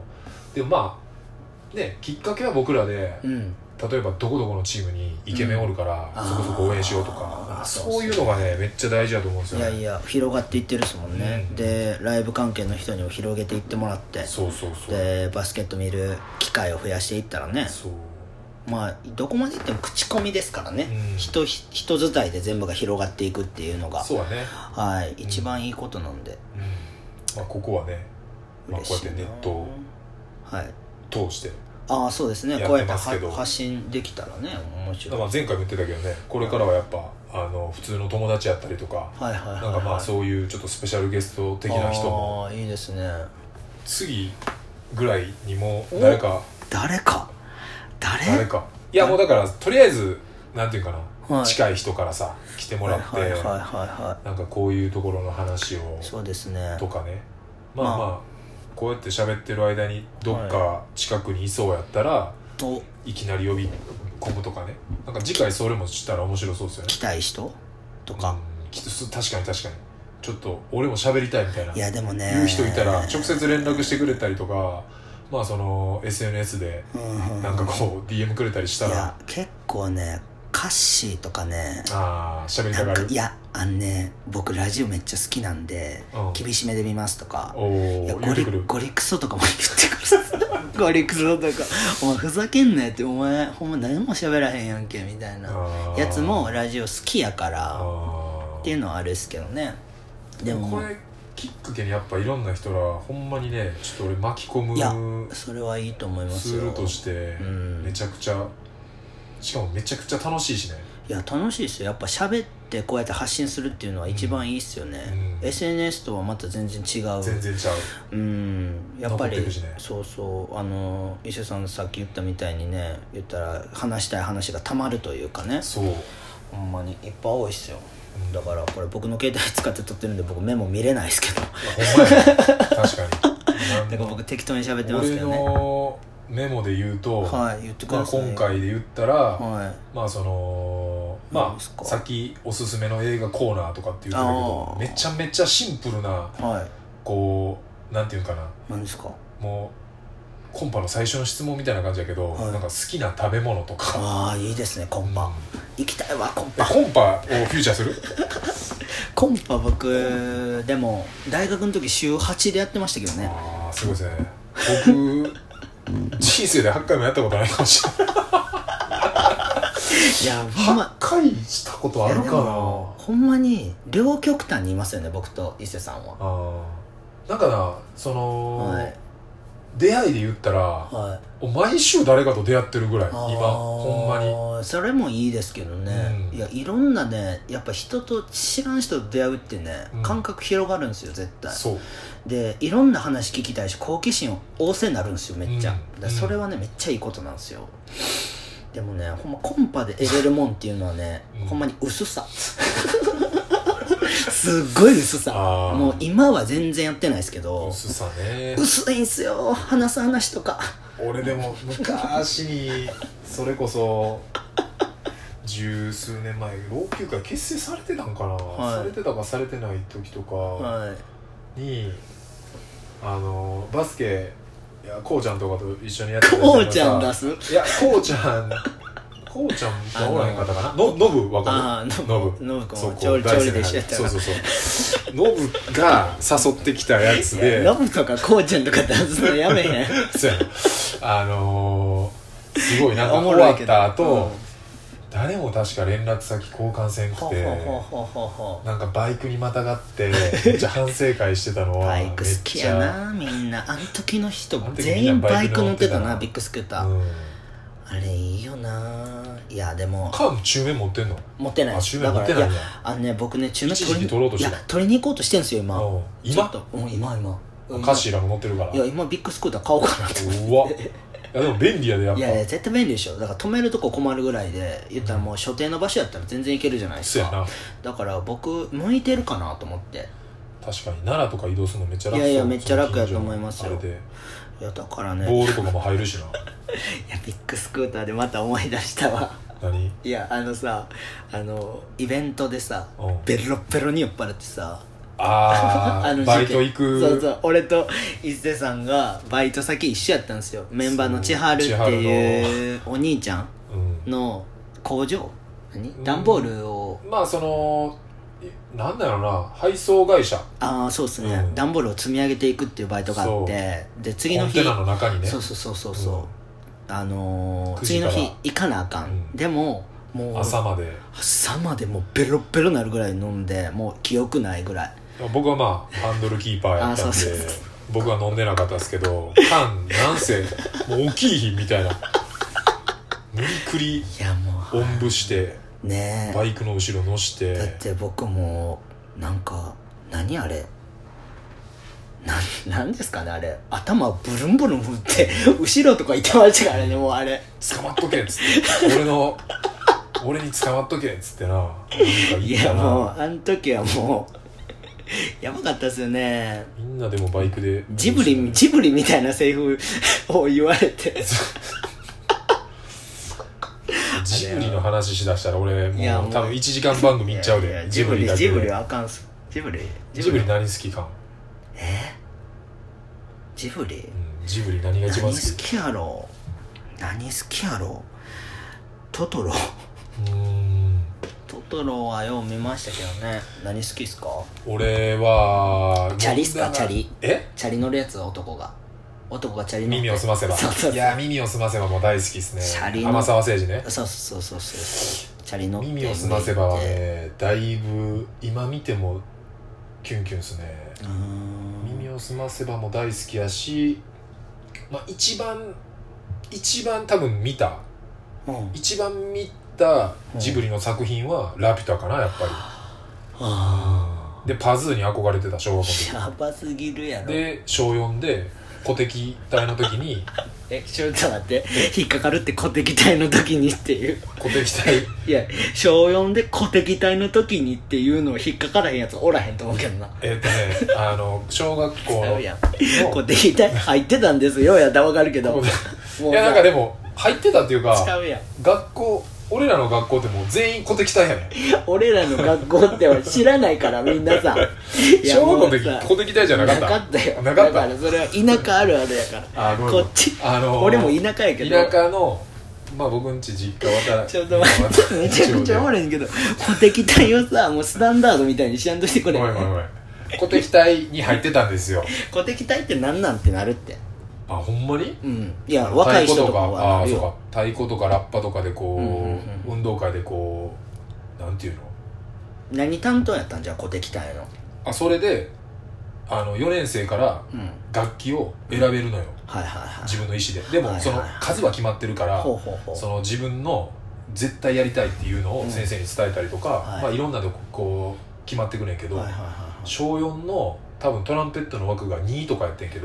[SPEAKER 2] でもまあねきっかけは僕らで、うん例えばどこどこのチームにイケメンおるから、うん、そこそこ応援しようとかそういうのがねめっちゃ大事だと思うんですよね。
[SPEAKER 1] いやいや広がっていってるっすもんね、うん、でライブ関係の人にも広げていってもらって
[SPEAKER 2] そうそうそう
[SPEAKER 1] でバスケット見る機会を増やしていったらね
[SPEAKER 2] そう
[SPEAKER 1] まあどこまでいっても口コミですからね、うん、人人伝いで全部が広がっていくっていうのが
[SPEAKER 2] そうだね、
[SPEAKER 1] はい、一番いいことなんで、
[SPEAKER 2] うんうん、まあ、ここはね、まあ、こうやってネットを通して、
[SPEAKER 1] ああそうですね、こうやって発信できたらね面白い。
[SPEAKER 2] まあ前回も言ってたけどね、これからはやっぱあの普通の友達やったりとか、はいはいはいはい、なんかまあそういうちょっとスペシャルゲスト的な人も、
[SPEAKER 1] ああいいですね、
[SPEAKER 2] 次ぐらいにも誰か
[SPEAKER 1] 誰か誰
[SPEAKER 2] 誰かいやもうだからとりあえずなんていうかな、はい、近い人からさ来てもらって、はいはいはいはい、なんかこういうところの話を
[SPEAKER 1] そうですね
[SPEAKER 2] とかね、まあまあ、まあ、こうやって喋ってる間にどっか近くにいそうやったら、はい、いきなり呼び込むとかね、なんか次回それもしたら面白そうですよね。
[SPEAKER 1] 来たい人とか、うん、
[SPEAKER 2] 確かに確かにちょっと俺も喋りたいみたいな、
[SPEAKER 1] いやでもね
[SPEAKER 2] 言う人いたら直接連絡してくれたりとか、まあその エスエヌエス でなんかこう ディーエム くれたりしたら、いや
[SPEAKER 1] 結構ねカッシーとかね、
[SPEAKER 2] ああ喋りたがる、
[SPEAKER 1] いやあのね僕ラジオめっちゃ好きなんで、うん、厳しめで見ますとか、
[SPEAKER 2] おいや
[SPEAKER 1] ゴリゴリクソとかも言ってくるゴリクソとかお前ふざけんなよって、お前ほんま何も喋らへんやんけみたいなやつもラジオ好きやからっていうのはあるっすけどね。
[SPEAKER 2] でもこれきっかけにやっぱいろんな人らほんまにねちょっと俺巻き込む、
[SPEAKER 1] いやそれはいいと思いますよ、
[SPEAKER 2] ツールとしてめちゃくちゃ、うん、しかもめちゃくちゃ楽しいしね。
[SPEAKER 1] いや楽しいですよ、やっぱ喋ってこうやって発信するっていうのは一番いいっすよね、うん、エスエヌエス とはまた全然違う、
[SPEAKER 2] 全然ちゃう、
[SPEAKER 1] うんやっぱり、
[SPEAKER 2] ね、
[SPEAKER 1] そうそうあの伊勢さんさっき言ったみたいにね、言ったら話したい話がたまるというかね、
[SPEAKER 2] そう
[SPEAKER 1] ほんまにいっぱい多いっすよ。だからこれ僕の携帯使って撮ってるんで僕メモ見れないですけど、
[SPEAKER 2] ほんまや確かに
[SPEAKER 1] だから僕適当に喋ってますけどね。
[SPEAKER 2] 俺のメモで言うと、
[SPEAKER 1] はい、言ってください。
[SPEAKER 2] まあ、今回で言ったら、はい、まあそのまあさっきおすすめの映画コーナーとかって言ってたけど、めちゃめちゃシンプルな、はい、こうなんていうかな、
[SPEAKER 1] 何ですか、
[SPEAKER 2] もうコンパの最初の質問みたいな感じだけど、はい、なんか好きな食べ物とか、
[SPEAKER 1] ああいいですねコンパ、うん、行きたいわコンパ。
[SPEAKER 2] コンパをフューチャーする
[SPEAKER 1] コンパ僕でも大学の時週はちでやってましたけどね。
[SPEAKER 2] ああすごいですね。僕人生ではちかいもやったことないかもしれないいやほんまはちかいしたことあるかな。
[SPEAKER 1] ほんまに両極端にいますよね僕と伊勢さんは。
[SPEAKER 2] あなんかなその、はい、出会いで言ったら、はい、毎週誰かと出会ってるぐらい今ほんまに。
[SPEAKER 1] それもいいですけどね、うん、いやいろんなねやっぱ人と知らん人と出会うってね、うん、感覚広がるんですよ絶対。
[SPEAKER 2] そう
[SPEAKER 1] でいろんな話聞きたいし好奇心旺盛になるんですよめっちゃ、うん、だそれはねめっちゃいいことなんですよ。でもねほんまコンパで得れるもんっていうのはね、うん、ほんまに薄さすっごい薄さ。もう今は全然やってないですけど
[SPEAKER 2] 薄さね
[SPEAKER 1] 薄いんすよ話す話とか。
[SPEAKER 2] 俺でも昔にそれこそ十数年前老朽化結成されてたんかな、はい、されてたかされてない時とかに、はい、あのバスケいやこうちゃんとかと一緒にやってた
[SPEAKER 1] こうちゃん出す
[SPEAKER 2] いやこうちゃんこうちゃんがおらへんかったかなのノブわかる
[SPEAKER 1] あノブノブ君調理で一緒やった
[SPEAKER 2] からそうそうそうノブが誘ってきたやつで
[SPEAKER 1] ノブとかこうちゃんとか出すのやめへん
[SPEAKER 2] そうやあのー、すごいなんか終わった後、うん誰も確か連絡先交換せんくてなんかバイクにまたがってめっちゃ反省会してたのは
[SPEAKER 1] バイク好きやなみんなあの時の人全員バイク乗ってたなビッグスクーター、うん、あれいいよないやでも
[SPEAKER 2] カーブ中面持ってんの
[SPEAKER 1] 持ってない
[SPEAKER 2] あ中面持ってないんだ。
[SPEAKER 1] あのね僕ね中面
[SPEAKER 2] 取りに取ろうとして
[SPEAKER 1] いや取りに行こうとしてんすよ今
[SPEAKER 2] 今
[SPEAKER 1] ちょっと、うん、今今
[SPEAKER 2] カッシーらも乗ってるから
[SPEAKER 1] いや今ビッグスクーター買おうかなって
[SPEAKER 2] うわいやでも便利やでやっぱ
[SPEAKER 1] いやいや絶対便利でしょ。だから止めるとこ困るぐらいで言ったらもう所定の場所やったら全然行けるじゃないですか、うん、だから僕向いてるかなと思って
[SPEAKER 2] 確かに奈良とか移動するのめっちゃ楽。
[SPEAKER 1] いやいやめっちゃ楽やと思いますよ。いやだからね
[SPEAKER 2] ボールとかも入るしない
[SPEAKER 1] やビッグスクーターでまた思い出したわ
[SPEAKER 2] 何
[SPEAKER 1] いやあのさあのイベントでさ、うん、ベロベロに酔っ払ってさ
[SPEAKER 2] ああのバイト行く
[SPEAKER 1] そうそう俺と伊勢さんがバイト先一緒やったんですよ。メンバーの千春っていうお兄ちゃんの工場、うん、何段ボールを、
[SPEAKER 2] うん、まあそのなんだろうな配送会社
[SPEAKER 1] ああそうですね、うん、段ボールを積み上げていくっていうバイトがあってで次の日
[SPEAKER 2] コンテナの中にね
[SPEAKER 1] そうそうそうそうそう、 あのー、
[SPEAKER 2] くじから
[SPEAKER 1] 次の日行かなあかん、
[SPEAKER 2] うん、
[SPEAKER 1] でももう
[SPEAKER 2] 朝まで
[SPEAKER 1] 朝までもうベロベロなるぐらい飲んでもう記憶ないぐらい。
[SPEAKER 2] 僕はまあハンドルキーパーやったんで
[SPEAKER 1] そうそうそう
[SPEAKER 2] 僕は飲んでなかったですけど缶なんせもう大きい日みたいな無理くり
[SPEAKER 1] いやもう
[SPEAKER 2] おんぶして
[SPEAKER 1] ねえ
[SPEAKER 2] バイクの後ろ乗して
[SPEAKER 1] だって僕もなんか何あれななんですかねあれ頭ブルンブルン振って後ろとか行ってましたからねもうあれ
[SPEAKER 2] 捕まっとけっつって俺の俺に捕まっとけっつってななんか言
[SPEAKER 1] い
[SPEAKER 2] ったな。
[SPEAKER 1] やもうあの時はもうやばかったですよね。
[SPEAKER 2] みんなでもバイクで
[SPEAKER 1] ジブリジブリみたいなセリフを言われて
[SPEAKER 2] ジブリの話しだしたら俺もう
[SPEAKER 1] いやもう
[SPEAKER 2] 多分いちじかん番組いっちゃうで。
[SPEAKER 1] いやいや
[SPEAKER 2] ジブリだけで
[SPEAKER 1] ジブリはあかんっす。ジブリ
[SPEAKER 2] ジブリ何好きか。
[SPEAKER 1] えジブリ、
[SPEAKER 2] うん、ジブリ何が一番好き？
[SPEAKER 1] 何好きやろ何好きやろトトロ
[SPEAKER 2] うーん
[SPEAKER 1] トトロはよう見ましたけどね。何好きっすか？
[SPEAKER 2] 俺は
[SPEAKER 1] チャリっすか？チャリ
[SPEAKER 2] え
[SPEAKER 1] チャリ乗るやつ男が男がチャリ乗って
[SPEAKER 2] 耳をすませば。
[SPEAKER 1] そうそうそう
[SPEAKER 2] いや耳をすませばもう大好きっすね。
[SPEAKER 1] チャリの
[SPEAKER 2] 天沢誠治ね。
[SPEAKER 1] そうそうそうそうそうチャリ乗って
[SPEAKER 2] 耳をすませばはねだいぶ今見てもキュンキュンっすね。
[SPEAKER 1] うーん
[SPEAKER 2] 耳をすませばも大好きやし、まあ、一番一番多分見た、
[SPEAKER 1] うん、
[SPEAKER 2] 一番見たジブリの作品はラピュタかなやっぱり。
[SPEAKER 1] あ
[SPEAKER 2] でパズーに憧れてた小学校の時
[SPEAKER 1] やばすぎるやろ。
[SPEAKER 2] で小よんで鼓笛隊の時に
[SPEAKER 1] えちょっと待って引っかかるって鼓笛隊の時にっていう
[SPEAKER 2] 鼓笛隊
[SPEAKER 1] いや小よんで鼓笛隊の時にっていうのを引っかからへんやつおらへんと思うけどな。
[SPEAKER 2] えっとねあの小学校の
[SPEAKER 1] やん鼓笛隊入ってたんですよやったら分かるけどもう
[SPEAKER 2] いやなんかでも入ってたっていうか
[SPEAKER 1] ちゃうやん
[SPEAKER 2] 学校俺らの学校ってもう全員鼓笛隊やねん。
[SPEAKER 1] 俺らの学校っては知らないからみんなさ
[SPEAKER 2] 小学校の時鼓笛隊じゃなかった
[SPEAKER 1] なかったよ。
[SPEAKER 2] なかった
[SPEAKER 1] だからそれは田舎あるあるやから
[SPEAKER 2] あごめん
[SPEAKER 1] こっち、
[SPEAKER 2] あのー、
[SPEAKER 1] 俺も田舎やけど
[SPEAKER 2] 田舎のまあ僕んち実家渡
[SPEAKER 1] ちょっと待ってめちゃくちゃおもろいんけど鼓笛隊をさもうスタンダードみたいにしやんとしてくれ。
[SPEAKER 2] ごめんごめんごめん鼓笛隊に入ってたんですよ。
[SPEAKER 1] 鼓笛隊って何なんてなるって。
[SPEAKER 2] あほんまに？
[SPEAKER 1] うんいや若い人とかは
[SPEAKER 2] あそうか太鼓とかラッパとかでこう、うんうんうん、運動会でこうなんていうの
[SPEAKER 1] 何担当やったんじゃ鼓笛隊の。
[SPEAKER 2] あそれであのよねん生から楽器を選べるのよ、
[SPEAKER 1] うん、はいはいはい、
[SPEAKER 2] 自分の意思で。でも、はいはいはい、その数は決まってるから、
[SPEAKER 1] ほうほうほう、
[SPEAKER 2] その自分の絶対やりたいっていうのを先生に伝えたりとか、うんはいまあ、いろんなとこう決まってくるんやけど、はいはいはいはい、小よんの多分トランペットの枠がにとかやってんけど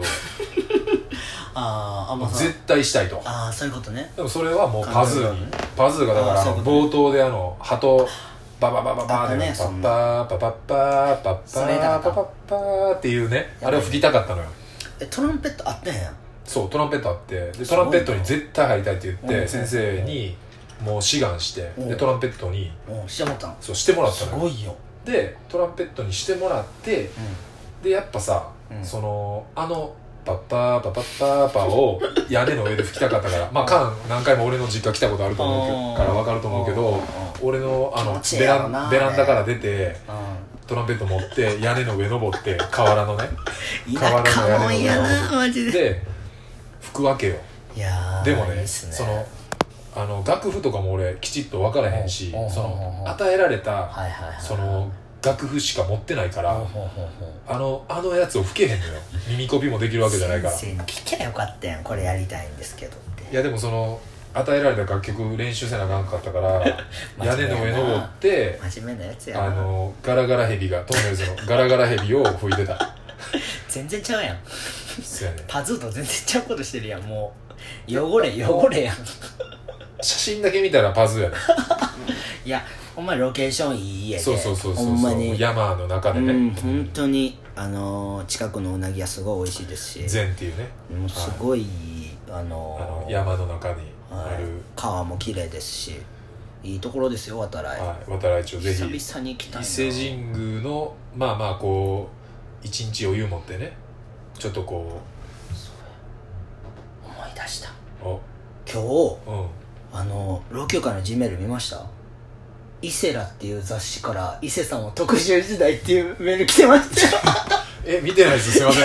[SPEAKER 1] ああ、まあ、
[SPEAKER 2] 絶対したいと。
[SPEAKER 1] ああそういうことね。
[SPEAKER 2] でもそれはもうパズーに、ね、パズーがだからあの冒頭であの鳩バババババーってパッパーパパッパーパッパーパパッパーっていうねあれを吹きたかったのよ。
[SPEAKER 1] えトランペットあってんやん。
[SPEAKER 2] そうトランペットあってでトランペットに絶対入りたいって言って先生にもう志願してでトランペットに
[SPEAKER 1] してもらったの。
[SPEAKER 2] そうしてもらったのよ。
[SPEAKER 1] すごいよ。
[SPEAKER 2] でトランペットにしてもらって、うん、でやっぱさ、うん、そのあのパッパーパパッパーパーを屋根の上で吹きたかったからまあカン何回も俺の実家来たことあると思うから分かると思うけど俺のあのベランベランダから出てトランペット持って屋根の上登って瓦のね
[SPEAKER 1] 瓦の屋根の上
[SPEAKER 2] で吹くわけよ。
[SPEAKER 1] いや
[SPEAKER 2] でもね、いいっすねそのあの楽譜とかも俺きちっと分からへんしその与えられたその楽譜しか持ってないからあのあのやつを吹けへんのよ。耳コピもできるわけじゃないから
[SPEAKER 1] 先生に聞きゃよかったやんこれやりたいんですけどって。
[SPEAKER 2] いやでもその与えられた楽曲練習せなあかんかったから屋根の上登って
[SPEAKER 1] 真面目なやつやな。
[SPEAKER 2] あのガラガラヘビがトンネルズのガラガラヘビを吹いてた
[SPEAKER 1] 全然ちゃうやん
[SPEAKER 2] そうやね
[SPEAKER 1] パズーと全然ちゃうことしてるやん。もう汚れ汚れやん
[SPEAKER 2] 写真だけ見たらパズーやね
[SPEAKER 1] いやほんまにロケーションいい家で
[SPEAKER 2] そうそうそうそう
[SPEAKER 1] ほんまに
[SPEAKER 2] 山の中でね、
[SPEAKER 1] うん、本当にあのー、近くのうなぎはすごい美味しいですし
[SPEAKER 2] 禅っていうね
[SPEAKER 1] もうすごい、はい、あのー、
[SPEAKER 2] あの山の中にある、はい、
[SPEAKER 1] 川も綺麗ですしいいところですよ渡来。
[SPEAKER 2] はい、渡来町ぜひ
[SPEAKER 1] 久々に行きたいな。
[SPEAKER 2] 伊勢神宮のまあまあこう一日余裕持ってねちょっとこ
[SPEAKER 1] う思い出した
[SPEAKER 2] お
[SPEAKER 1] 今日、うん、あの老朽化の G メール見ました？伊勢らっていう雑誌から伊勢さんを特集時代っていうメール来てましたよ
[SPEAKER 2] え見てないですすいません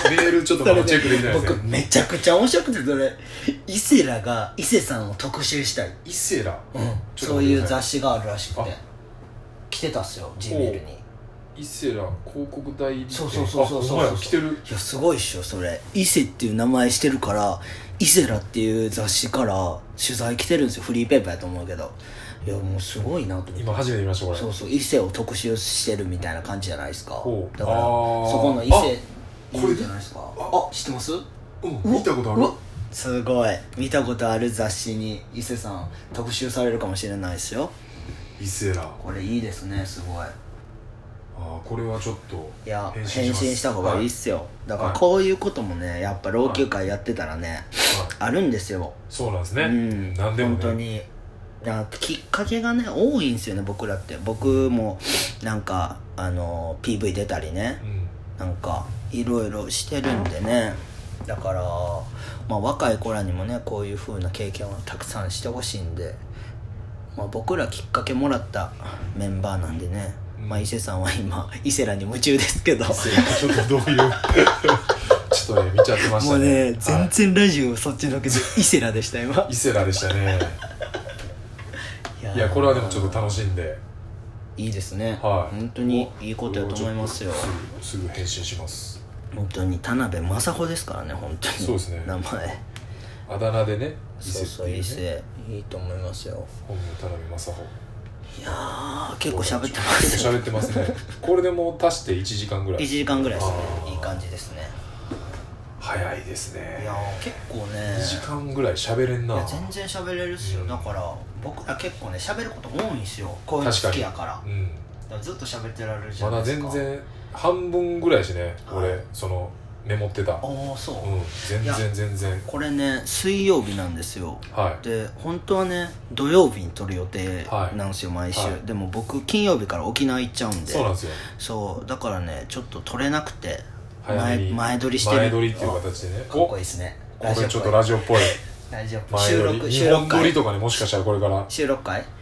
[SPEAKER 2] メールちょっとまだチェックできないですね。
[SPEAKER 1] 僕めちゃくちゃ面白くて、それ伊勢らが伊勢さんを特集したい。
[SPEAKER 2] 伊勢ら、
[SPEAKER 1] うん、そういう雑誌があるらしくて来てたっすよ G メールに。
[SPEAKER 2] 伊勢ら広告代理店。
[SPEAKER 1] そうそうそうそうそうそう、
[SPEAKER 2] 来てる。
[SPEAKER 1] いやすごいっしょそれ。伊勢っていう名前してるから伊勢らっていう雑誌から取材来てるんですよ。フリーペーパーやと思うけど、いやもうすごいなと思って。
[SPEAKER 2] 今初めて見ましたこれ。
[SPEAKER 1] そうそう、伊勢を特集してるみたいな感じじゃないですか。だから
[SPEAKER 2] あ
[SPEAKER 1] そこの伊勢いるじゃないですか。あ、知ってます？
[SPEAKER 2] うん、見たことある。
[SPEAKER 1] すごい、見たことある雑誌に伊勢さん特集されるかもしれないですよ。
[SPEAKER 2] 伊勢ら、
[SPEAKER 1] これいいですね、すごい。
[SPEAKER 2] ああ、これはちょっと
[SPEAKER 1] いや返信した方がいいっすよ、はい、だからこういうこともねやっぱ老朽会やってたらね、はい、あるんですよ。
[SPEAKER 2] そうなんですね、
[SPEAKER 1] うん、
[SPEAKER 2] 何でもね、
[SPEAKER 1] 本当になんかきっかけがね多いんですよね、僕らって。僕もなんかあの ピーブイ 出たりね、うん、なんかいろいろしてるんでね。だから、まあ、若い子らにもねこういう風な経験をたくさんしてほしいんで、まあ、僕らきっかけもらったメンバーなんでね、まあ、伊勢さんは今伊勢らに夢中ですけど、ちょ
[SPEAKER 2] っとどういうちょっとね見ちゃってましたね。
[SPEAKER 1] もうね全然ラジオそっちのけで伊勢らでした今。
[SPEAKER 2] 伊勢らでしたね。いや、いやこれはでもちょっと楽しんで
[SPEAKER 1] いいですね、はい、本当にいいことやと思いますよ。
[SPEAKER 2] すぐ返信します。
[SPEAKER 1] 本当に田辺正穂ですからね、本当に。
[SPEAKER 2] そうですね、
[SPEAKER 1] 名前
[SPEAKER 2] あだ名でね、
[SPEAKER 1] 伊勢っていうね。そうそう、伊勢いいと思いますよ。
[SPEAKER 2] 本名田辺正穂。
[SPEAKER 1] いやー結構喋ってます
[SPEAKER 2] 結構喋ってますね。これでもう足していちじかんぐらい。
[SPEAKER 1] いちじかんぐらいですね。いい感じですね。
[SPEAKER 2] 早いですね。
[SPEAKER 1] いやー結構ね
[SPEAKER 2] にじかんぐらい喋れんな。
[SPEAKER 1] いや全然喋れるっすよ、うん、だから僕ら結構ね喋ること多いんすよ、こういうの好きやから。うん、だからずっと喋ってられるじゃないですか。
[SPEAKER 2] まだ全然半分ぐらいしね、はい、俺そのメモってた。あ
[SPEAKER 1] あそう、
[SPEAKER 2] うん、全然全然。
[SPEAKER 1] これね水曜日なんですよ、はい、で本当はね土曜日に撮る予定なんですよ、はい、毎週、はい、でも僕金曜日から沖縄行っちゃうんで。
[SPEAKER 2] そうなんですよ。
[SPEAKER 1] そうだからねちょっと撮れなくて
[SPEAKER 2] 前,
[SPEAKER 1] 前撮りしてる。
[SPEAKER 2] 前撮りっていう形でね。
[SPEAKER 1] かっこいいですね。
[SPEAKER 2] これちょっとラジオっぽい。
[SPEAKER 1] ラジオっぽい。
[SPEAKER 2] 収録収録撮りとかね、もしかしたらこれから
[SPEAKER 1] 収録会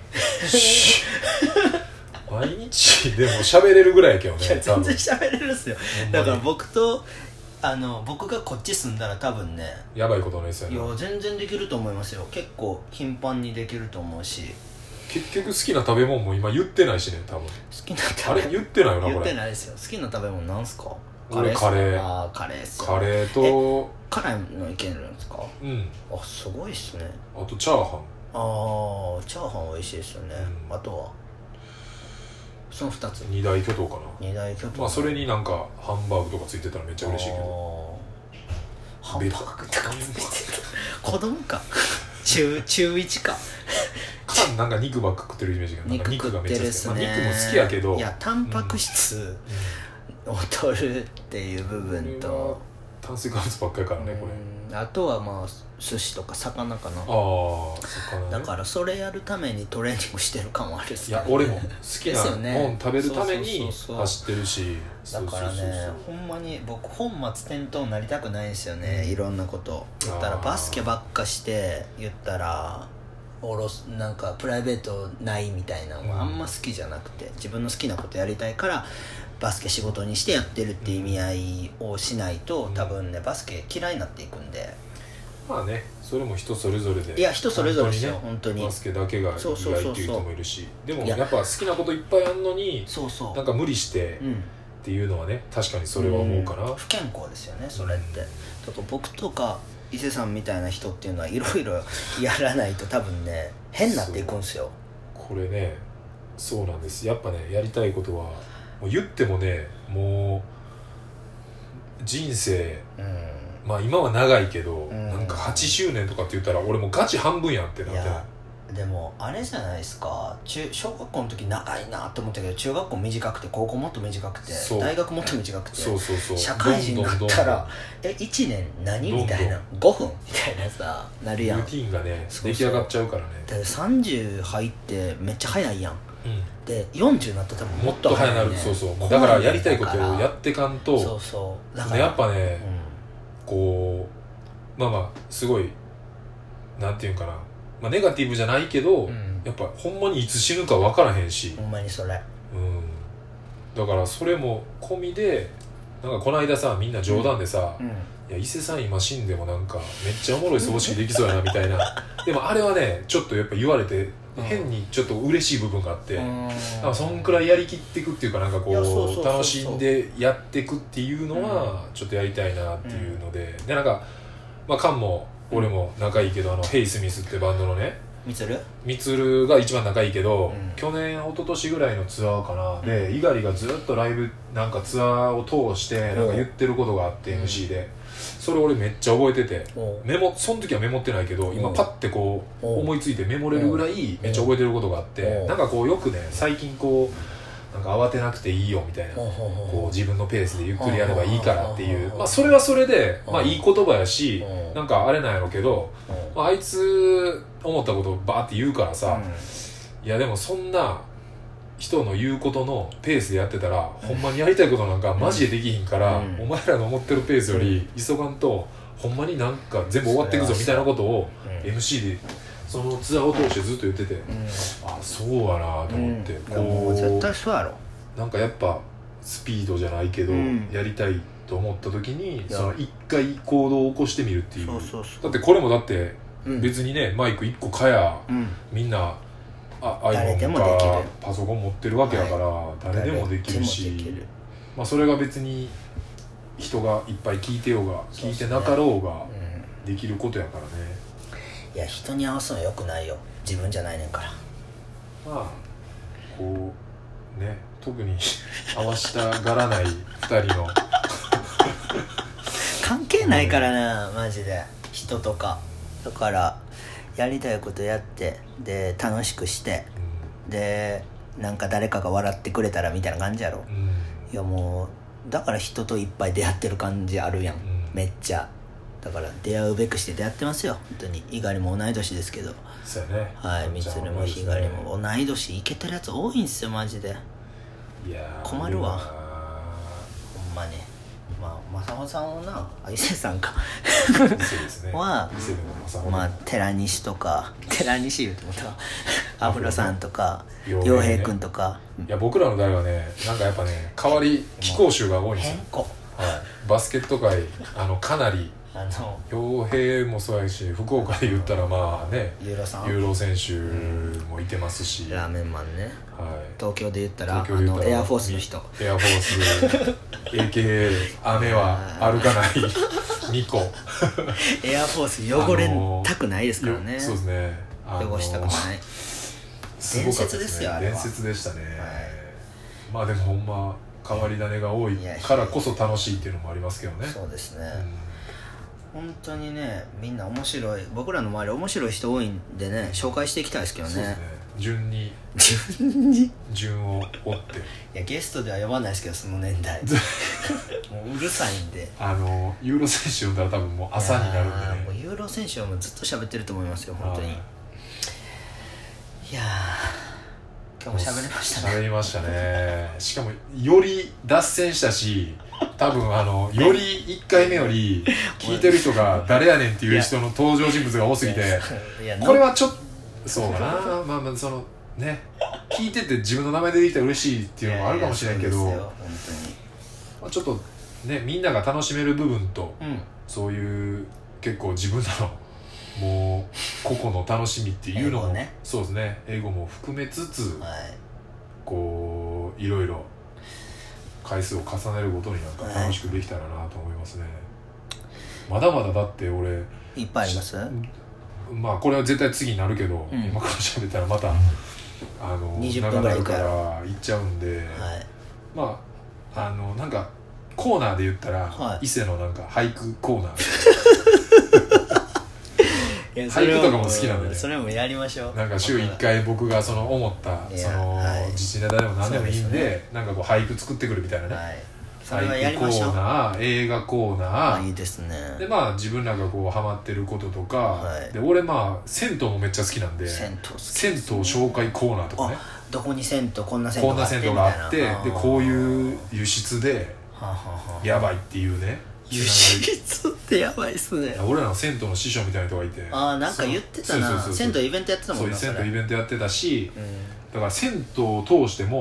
[SPEAKER 2] 毎日でも喋れるぐらいやけどね。
[SPEAKER 1] いや全然喋れるっすよ。だから僕とあの僕がこっち住んだら多分ね
[SPEAKER 2] やばいことないですよね。
[SPEAKER 1] いや全然できると思いますよ。結構頻繁にできると思うし。
[SPEAKER 2] 結局好きな食べ物も今言ってないしね、多分。好
[SPEAKER 1] きな食べ物
[SPEAKER 2] あれ言ってないよな、これ。
[SPEAKER 1] 言ってないですよ。好きな食べ物なんすか？
[SPEAKER 2] カレー。カレー。
[SPEAKER 1] ああカレーっすよ。
[SPEAKER 2] カレーと
[SPEAKER 1] 辛いのいけるんですか？うん。あすごいっすね。
[SPEAKER 2] あとチャーハン。
[SPEAKER 1] ああチャーハン美味しいですよね、うん、あとはそのふたつ。
[SPEAKER 2] 二大巨頭かな。
[SPEAKER 1] 二大巨頭。
[SPEAKER 2] まあそれになんかハンバーグとかついてたらめっちゃ嬉しいけど。
[SPEAKER 1] ハンバーグとかついてた子供か中中一か
[SPEAKER 2] かなんか肉ばっか食ってるイメージが。なんか肉がめっちゃ好き、まあ、肉も好きやけど、
[SPEAKER 1] いやタンパク質を取るっていう部分と、
[SPEAKER 2] うん、炭水化物ばっかりからねこれ。
[SPEAKER 1] あとはまあ寿司とか魚かな。あ
[SPEAKER 2] あ魚、ね、
[SPEAKER 1] だからそれやるためにトレーニングしてる感はあるっすね。
[SPEAKER 2] いや俺も好きなもん食べるために走ってるし。
[SPEAKER 1] だからねほんまに僕本末転倒になりたくないんですよね、いろんなこと言ったら。バスケばっかして言ったらおろすなんかプライベートないみたいなのがあんま好きじゃなくて、自分の好きなことやりたいからバスケ仕事にしてやってるっていう意味合いをしないと、多分ねバスケ嫌いになっていくんで。
[SPEAKER 2] まあねそれも人それぞれで。
[SPEAKER 1] いや人それぞれですよ本当に、ね、
[SPEAKER 2] バスケだけが嫌いっていう人もいるし、でもやっぱ好きなこといっぱいあるのに
[SPEAKER 1] そうそう
[SPEAKER 2] なんか無理してっていうのはね、確かにそれは思うかな、
[SPEAKER 1] うん、不健康ですよねそれって、うん、だから僕とか伊勢さんみたいな人っていうのはいろいろやらないと多分ね変になっていくんですよ。
[SPEAKER 2] これねそうなんです。やっぱねやりたいことはもう言ってもねもう人生、うん、まあ今は長いけど、うん、なんかはちしゅうねんとかって言ったら俺もうガチ半分やんってなってない。いや
[SPEAKER 1] でもあれじゃないですか、中小学校の時長いなって思ったけど中学校短くて高校もっと短くて大学もっと短くて
[SPEAKER 2] そうそうそう
[SPEAKER 1] 社会人になったらえいちねん何みたいなごふんみたいなさなるやん。
[SPEAKER 2] ルーティーンがね出来上がっちゃうからね。
[SPEAKER 1] だからさんじゅう入ってめっちゃ早いやん、うん、でよんじゅうになったら多分
[SPEAKER 2] もっと早い、ね、もっと早くなる。そうそうだからやりたいことをやってかんと。
[SPEAKER 1] そうそうだから
[SPEAKER 2] やっぱね、うん、こうまあまあすごいなんていうんかな、まあ、ネガティブじゃないけど、うん、やっぱほんまにいつ死ぬか分からへんし、
[SPEAKER 1] ほんまにそれ、
[SPEAKER 2] うん、だからそれも込みでなんかこの間さみんな冗談でさ、
[SPEAKER 1] うんうん、
[SPEAKER 2] いや伊勢さん今死んでもなんかめっちゃおもろい葬式できそうやなみたいなでもあれはねちょっとやっぱ言われて変にちょっと嬉しい部分があって、うん、なんかそんくらいやりきっていくっていうかなんかこう楽しんでやっていくっていうのはちょっとやりたいなっていうので、うん、でなんかまあカンも俺も仲いいけどあのヘイスミスってバンドのね
[SPEAKER 1] みつる
[SPEAKER 2] みつるが一番仲いいけど、
[SPEAKER 1] うん、
[SPEAKER 2] 去年一昨年ぐらいのツアーかな、うん、で猪狩がずっとライブなんかツアーを通してなんか言ってることがあって、うん、エムシー でそれ俺めっちゃ覚えててメモその時はメモってないけど今パッてこう思いついてメモれるぐらいめっちゃ覚えてることがあってなんかこうよくね最近こうなんか慌てなくていいよみたいなこう自分のペースでゆっくりやればいいからっていうまあそれはそれでまあいい言葉やしなんかあれなんやろうけどまああいつ思ったことをバーって言うからさいやでもそんな人の言うことのペースでやってたらほんまにやりたいことなんかマジでできひんから、うん、お前らの思ってるペースより急がんとほんまになんか全部終わっていくぞみたいなことを エムシー でそのツアーを通してずっと言ってて、うん、あそうやなと思って、うん、
[SPEAKER 1] こうもう絶対そうやろ
[SPEAKER 2] なんかやっぱスピードじゃないけど、うん、やりたいと思った時にその一回行動を起こしてみるっていう
[SPEAKER 1] そうそうそう
[SPEAKER 2] だってこれもだって別にね、うん、マイクいっこ買や、うん、みんなあ iPhone かパソコン持ってるわけだから、はい、誰でもできるしまあ、それが別に人がいっぱい聞いてようが聞いてなかろうができることやからね、
[SPEAKER 1] うん、いや人に合わすのよくないよ自分じゃないねんから
[SPEAKER 2] まあこうね特に合わしたがらないふたりの
[SPEAKER 1] 関係ないからなマジで人とかだからやりたいことやってで楽しくして、うん、でなんか誰かが笑ってくれたらみたいな感じやろ、うん、いやもうだから人といっぱい出会ってる感じあるやん、うん、めっちゃだから出会うべくして出会ってますよ本当に猪狩も同い年ですけど
[SPEAKER 2] そうやね
[SPEAKER 1] はいみつるも猪狩も同い年いけてるやつ多いんすよマジで
[SPEAKER 2] いや
[SPEAKER 1] 困るわほんまにまあ正雄さんはなあ伊勢さんか
[SPEAKER 2] 伊勢ですね
[SPEAKER 1] はまあ寺西とか寺西言うてもたアフロさんとか陽平くんとか
[SPEAKER 2] いや僕らの代はねなんかやっぱね代わり貴公衆が多いんですよ、はい、バスケット界あのかなり陽平もそうやし福岡で言ったらまあね
[SPEAKER 1] ユーロさん
[SPEAKER 2] ユーロ選手もいてますし、
[SPEAKER 1] うん、ラーメンマンね、
[SPEAKER 2] はい、
[SPEAKER 1] 東京で言ったらあのエアフォースの人
[SPEAKER 2] エアフォース エーケーエー 雨は歩かないニコ
[SPEAKER 1] エアフォース汚れたくないですからね
[SPEAKER 2] そうですね
[SPEAKER 1] 汚したくない伝説ですよあれは
[SPEAKER 2] 伝説でしたね、はい、まあでもほんま変わり種が多いからこそ楽しいっていうのもありますけどね
[SPEAKER 1] そうですね、うん、本当にねみんな面白い僕らの周り面白い人多いんでね紹介していきたいですけどねそうですね
[SPEAKER 2] 順に
[SPEAKER 1] 順に
[SPEAKER 2] 順を追って
[SPEAKER 1] いやゲストでは呼ばないですけどその年代もううるさいんで
[SPEAKER 2] あのユーロ選手呼んだら多分もう朝になるんでね
[SPEAKER 1] もうユーロ選手はもうずっと喋ってると思いますよ本当にいや今日も喋りましたね
[SPEAKER 2] 喋りましたねしかもより脱線したし多分あのよりいっかいめより聞いてる人が誰やねんっていう人の登場人物が多すぎてこれはちょっとそうかなまあまあそのね聞いてて自分の名前出てきたら嬉しいっていうのもあるかもしれないけどいやいや本当に、まあ、ちょっとねみんなが楽しめる部分と、うん、そういう結構自分らのもう個々の楽しみっていうのも、ね、そうですね英語も含めつつ、はい、こういろいろ回数を重ねるごとになんか楽しくできたらなと思いますね、はい、まだまだだって俺
[SPEAKER 1] いっぱいあります
[SPEAKER 2] まあこれは絶対次になるけど、うん、今から喋ったらまたあの
[SPEAKER 1] にじゅっぷんぐらいいくやろ
[SPEAKER 2] 長々からいっちゃうんで、はい、まああのなんかコーナーで言ったら、はい、伊勢のなんか俳句コーナー俳句とかも好きなんでね
[SPEAKER 1] それもやりましょう
[SPEAKER 2] なんか週いっかい僕がその思ったその、はい、自治ネタでも何でもいいん で, で、ね、なんかこう俳句作ってくるみたいなね、はい
[SPEAKER 1] それはやりましょう。
[SPEAKER 2] 俳句コーナー、映画コーナー、
[SPEAKER 1] いいですね。
[SPEAKER 2] でまあ自分らがこうハマってることとか、
[SPEAKER 1] はい、
[SPEAKER 2] で俺まあ銭湯もめっちゃ好きなんで、
[SPEAKER 1] 銭湯好き、ね、
[SPEAKER 2] 銭湯紹介コーナーとかね。
[SPEAKER 1] どこに銭湯こんな銭湯
[SPEAKER 2] があってみたいな。こんな銭湯があってでこういう輸出でやばいっていうね。
[SPEAKER 1] 輸出ってやばいっすね。
[SPEAKER 2] 俺らの銭湯の師匠みたいな人がいて、
[SPEAKER 1] ああなんか言ってたな。銭湯イベントやってたもんな。
[SPEAKER 2] そう銭湯イベントやってたし、
[SPEAKER 1] うん、
[SPEAKER 2] だから銭湯を通しても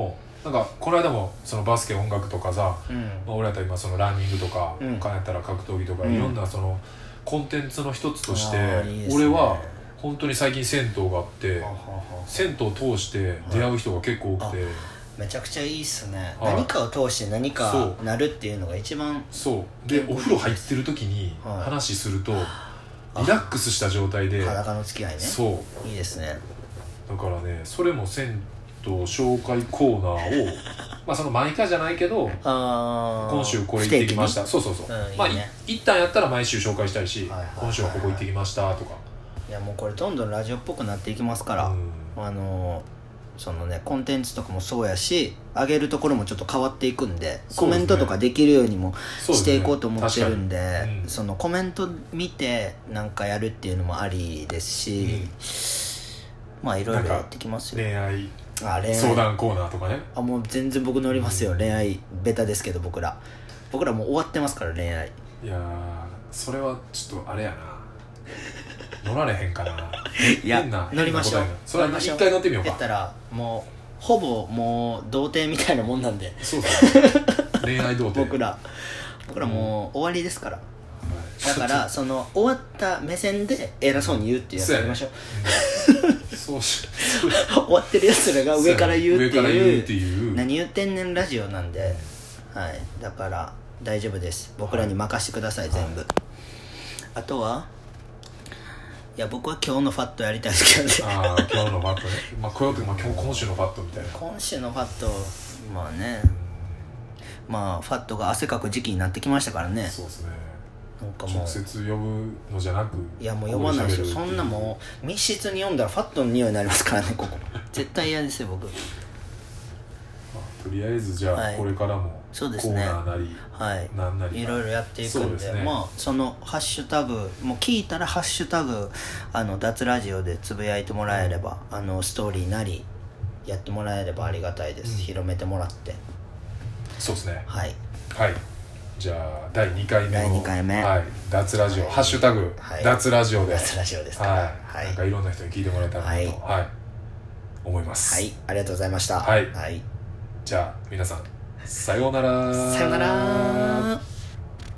[SPEAKER 2] なんかこの間もそのバスケ音楽とかさ、
[SPEAKER 1] うん
[SPEAKER 2] まあ、俺やったら今そのランニングとか、
[SPEAKER 1] うん、
[SPEAKER 2] 他やったら格闘技とか、
[SPEAKER 1] うん、
[SPEAKER 2] いろんなそのコンテンツの一つとして、
[SPEAKER 1] いいですね、
[SPEAKER 2] 俺は本当に最近銭湯があって、
[SPEAKER 1] ははは
[SPEAKER 2] 銭湯を通して出会う人が結構多くて、
[SPEAKER 1] めちゃくちゃいいっすね、
[SPEAKER 2] はい、
[SPEAKER 1] 何かを通して何かなるっていうのが一番
[SPEAKER 2] そうで、お風呂入ってる時に話すると、はい、リラックスした状態で
[SPEAKER 1] 裸の付き合いね、
[SPEAKER 2] そう
[SPEAKER 1] いいですね。
[SPEAKER 2] だからね、それも銭湯紹介コーナーをまあその毎回じゃないけど、
[SPEAKER 1] あ
[SPEAKER 2] 今週これ行ってきました、そうそうそう、
[SPEAKER 1] うん、
[SPEAKER 2] まあ
[SPEAKER 1] いいね、
[SPEAKER 2] 一旦やったら毎週紹介したいし、
[SPEAKER 1] はいはいはいはい、
[SPEAKER 2] 今週はここ行ってきましたとか、
[SPEAKER 1] いやもうこれどんどんラジオっぽくなっていきますから、うん、あのそのねコンテンツとかもそうやし、上げるところもちょっと変わっていくん で, で、ね、コメントとかできるようにもしていこうと思ってるん で, で、ねうん、そのコメント見てなんかやるっていうのもありですし、うん、まあいろいろやってきますよ。
[SPEAKER 2] 恋愛
[SPEAKER 1] あ恋愛
[SPEAKER 2] 相談コーナーとかね、
[SPEAKER 1] あもう全然僕乗りますよ、うん、恋愛ベタですけど、僕ら僕らもう終わってますから恋愛。
[SPEAKER 2] いやーそれはちょっとあれやな乗られへんかな。
[SPEAKER 1] いや乗りましょう。
[SPEAKER 2] それは一回乗ってみようか。
[SPEAKER 1] やったらもうほぼもう童貞みたいなもんなんで。
[SPEAKER 2] そうですね恋愛童貞
[SPEAKER 1] 僕ら僕らもう終わりですから、うん、だからその終わった目線で偉そうに言うっていうやつやりましょう。
[SPEAKER 2] そうし
[SPEAKER 1] 終わってるやつらが上から言うっていう、
[SPEAKER 2] 上から言うっていう
[SPEAKER 1] 何言ってんねんラジオなんで、はい、だから大丈夫です。僕らに任せてください、はい、全部。あとはいや僕は今日のファットやりたいですけどね。
[SPEAKER 2] ああ今日のファットね、まあ、今日、まあ、今日今週のファットみたいな。
[SPEAKER 1] 今週のファットまあね、まあファットが汗かく時期になってきましたからね。
[SPEAKER 2] そうですね。
[SPEAKER 1] なんかもう
[SPEAKER 2] 直接呼ぶのじゃなく、
[SPEAKER 1] いやもう読まないですよ。そんなもう密室に読んだらファットの匂いになりますからねここ絶対嫌ですよ僕。
[SPEAKER 2] とりあえずじゃあ、はい、これからも
[SPEAKER 1] そうですね、
[SPEAKER 2] コーナーなり、
[SPEAKER 1] はい、
[SPEAKER 2] なんなり
[SPEAKER 1] いろいろやっていくん で, で、ね、まあそのハッシュタグもう聞いたらハッシュタグあの脱ラジオでつぶやいてもらえれば、うん、あのストーリーなりやってもらえればありがたいです、うん、広めてもらって。
[SPEAKER 2] そうですね、
[SPEAKER 1] はい、
[SPEAKER 2] はい、じゃあだいにかいめの
[SPEAKER 1] だいにかいめ、
[SPEAKER 2] はい、脱ラジオ、はい、ハッシュタグ、はい、脱ラジオで
[SPEAKER 1] 脱ラジオですか、
[SPEAKER 2] はいはい、なんかいろんな人に聞いてもらえたらなと、はいはい、思います。
[SPEAKER 1] はい、ありがとうございました。
[SPEAKER 2] はい、
[SPEAKER 1] はい、
[SPEAKER 2] じゃあ皆さんさようなら。
[SPEAKER 1] さようなら。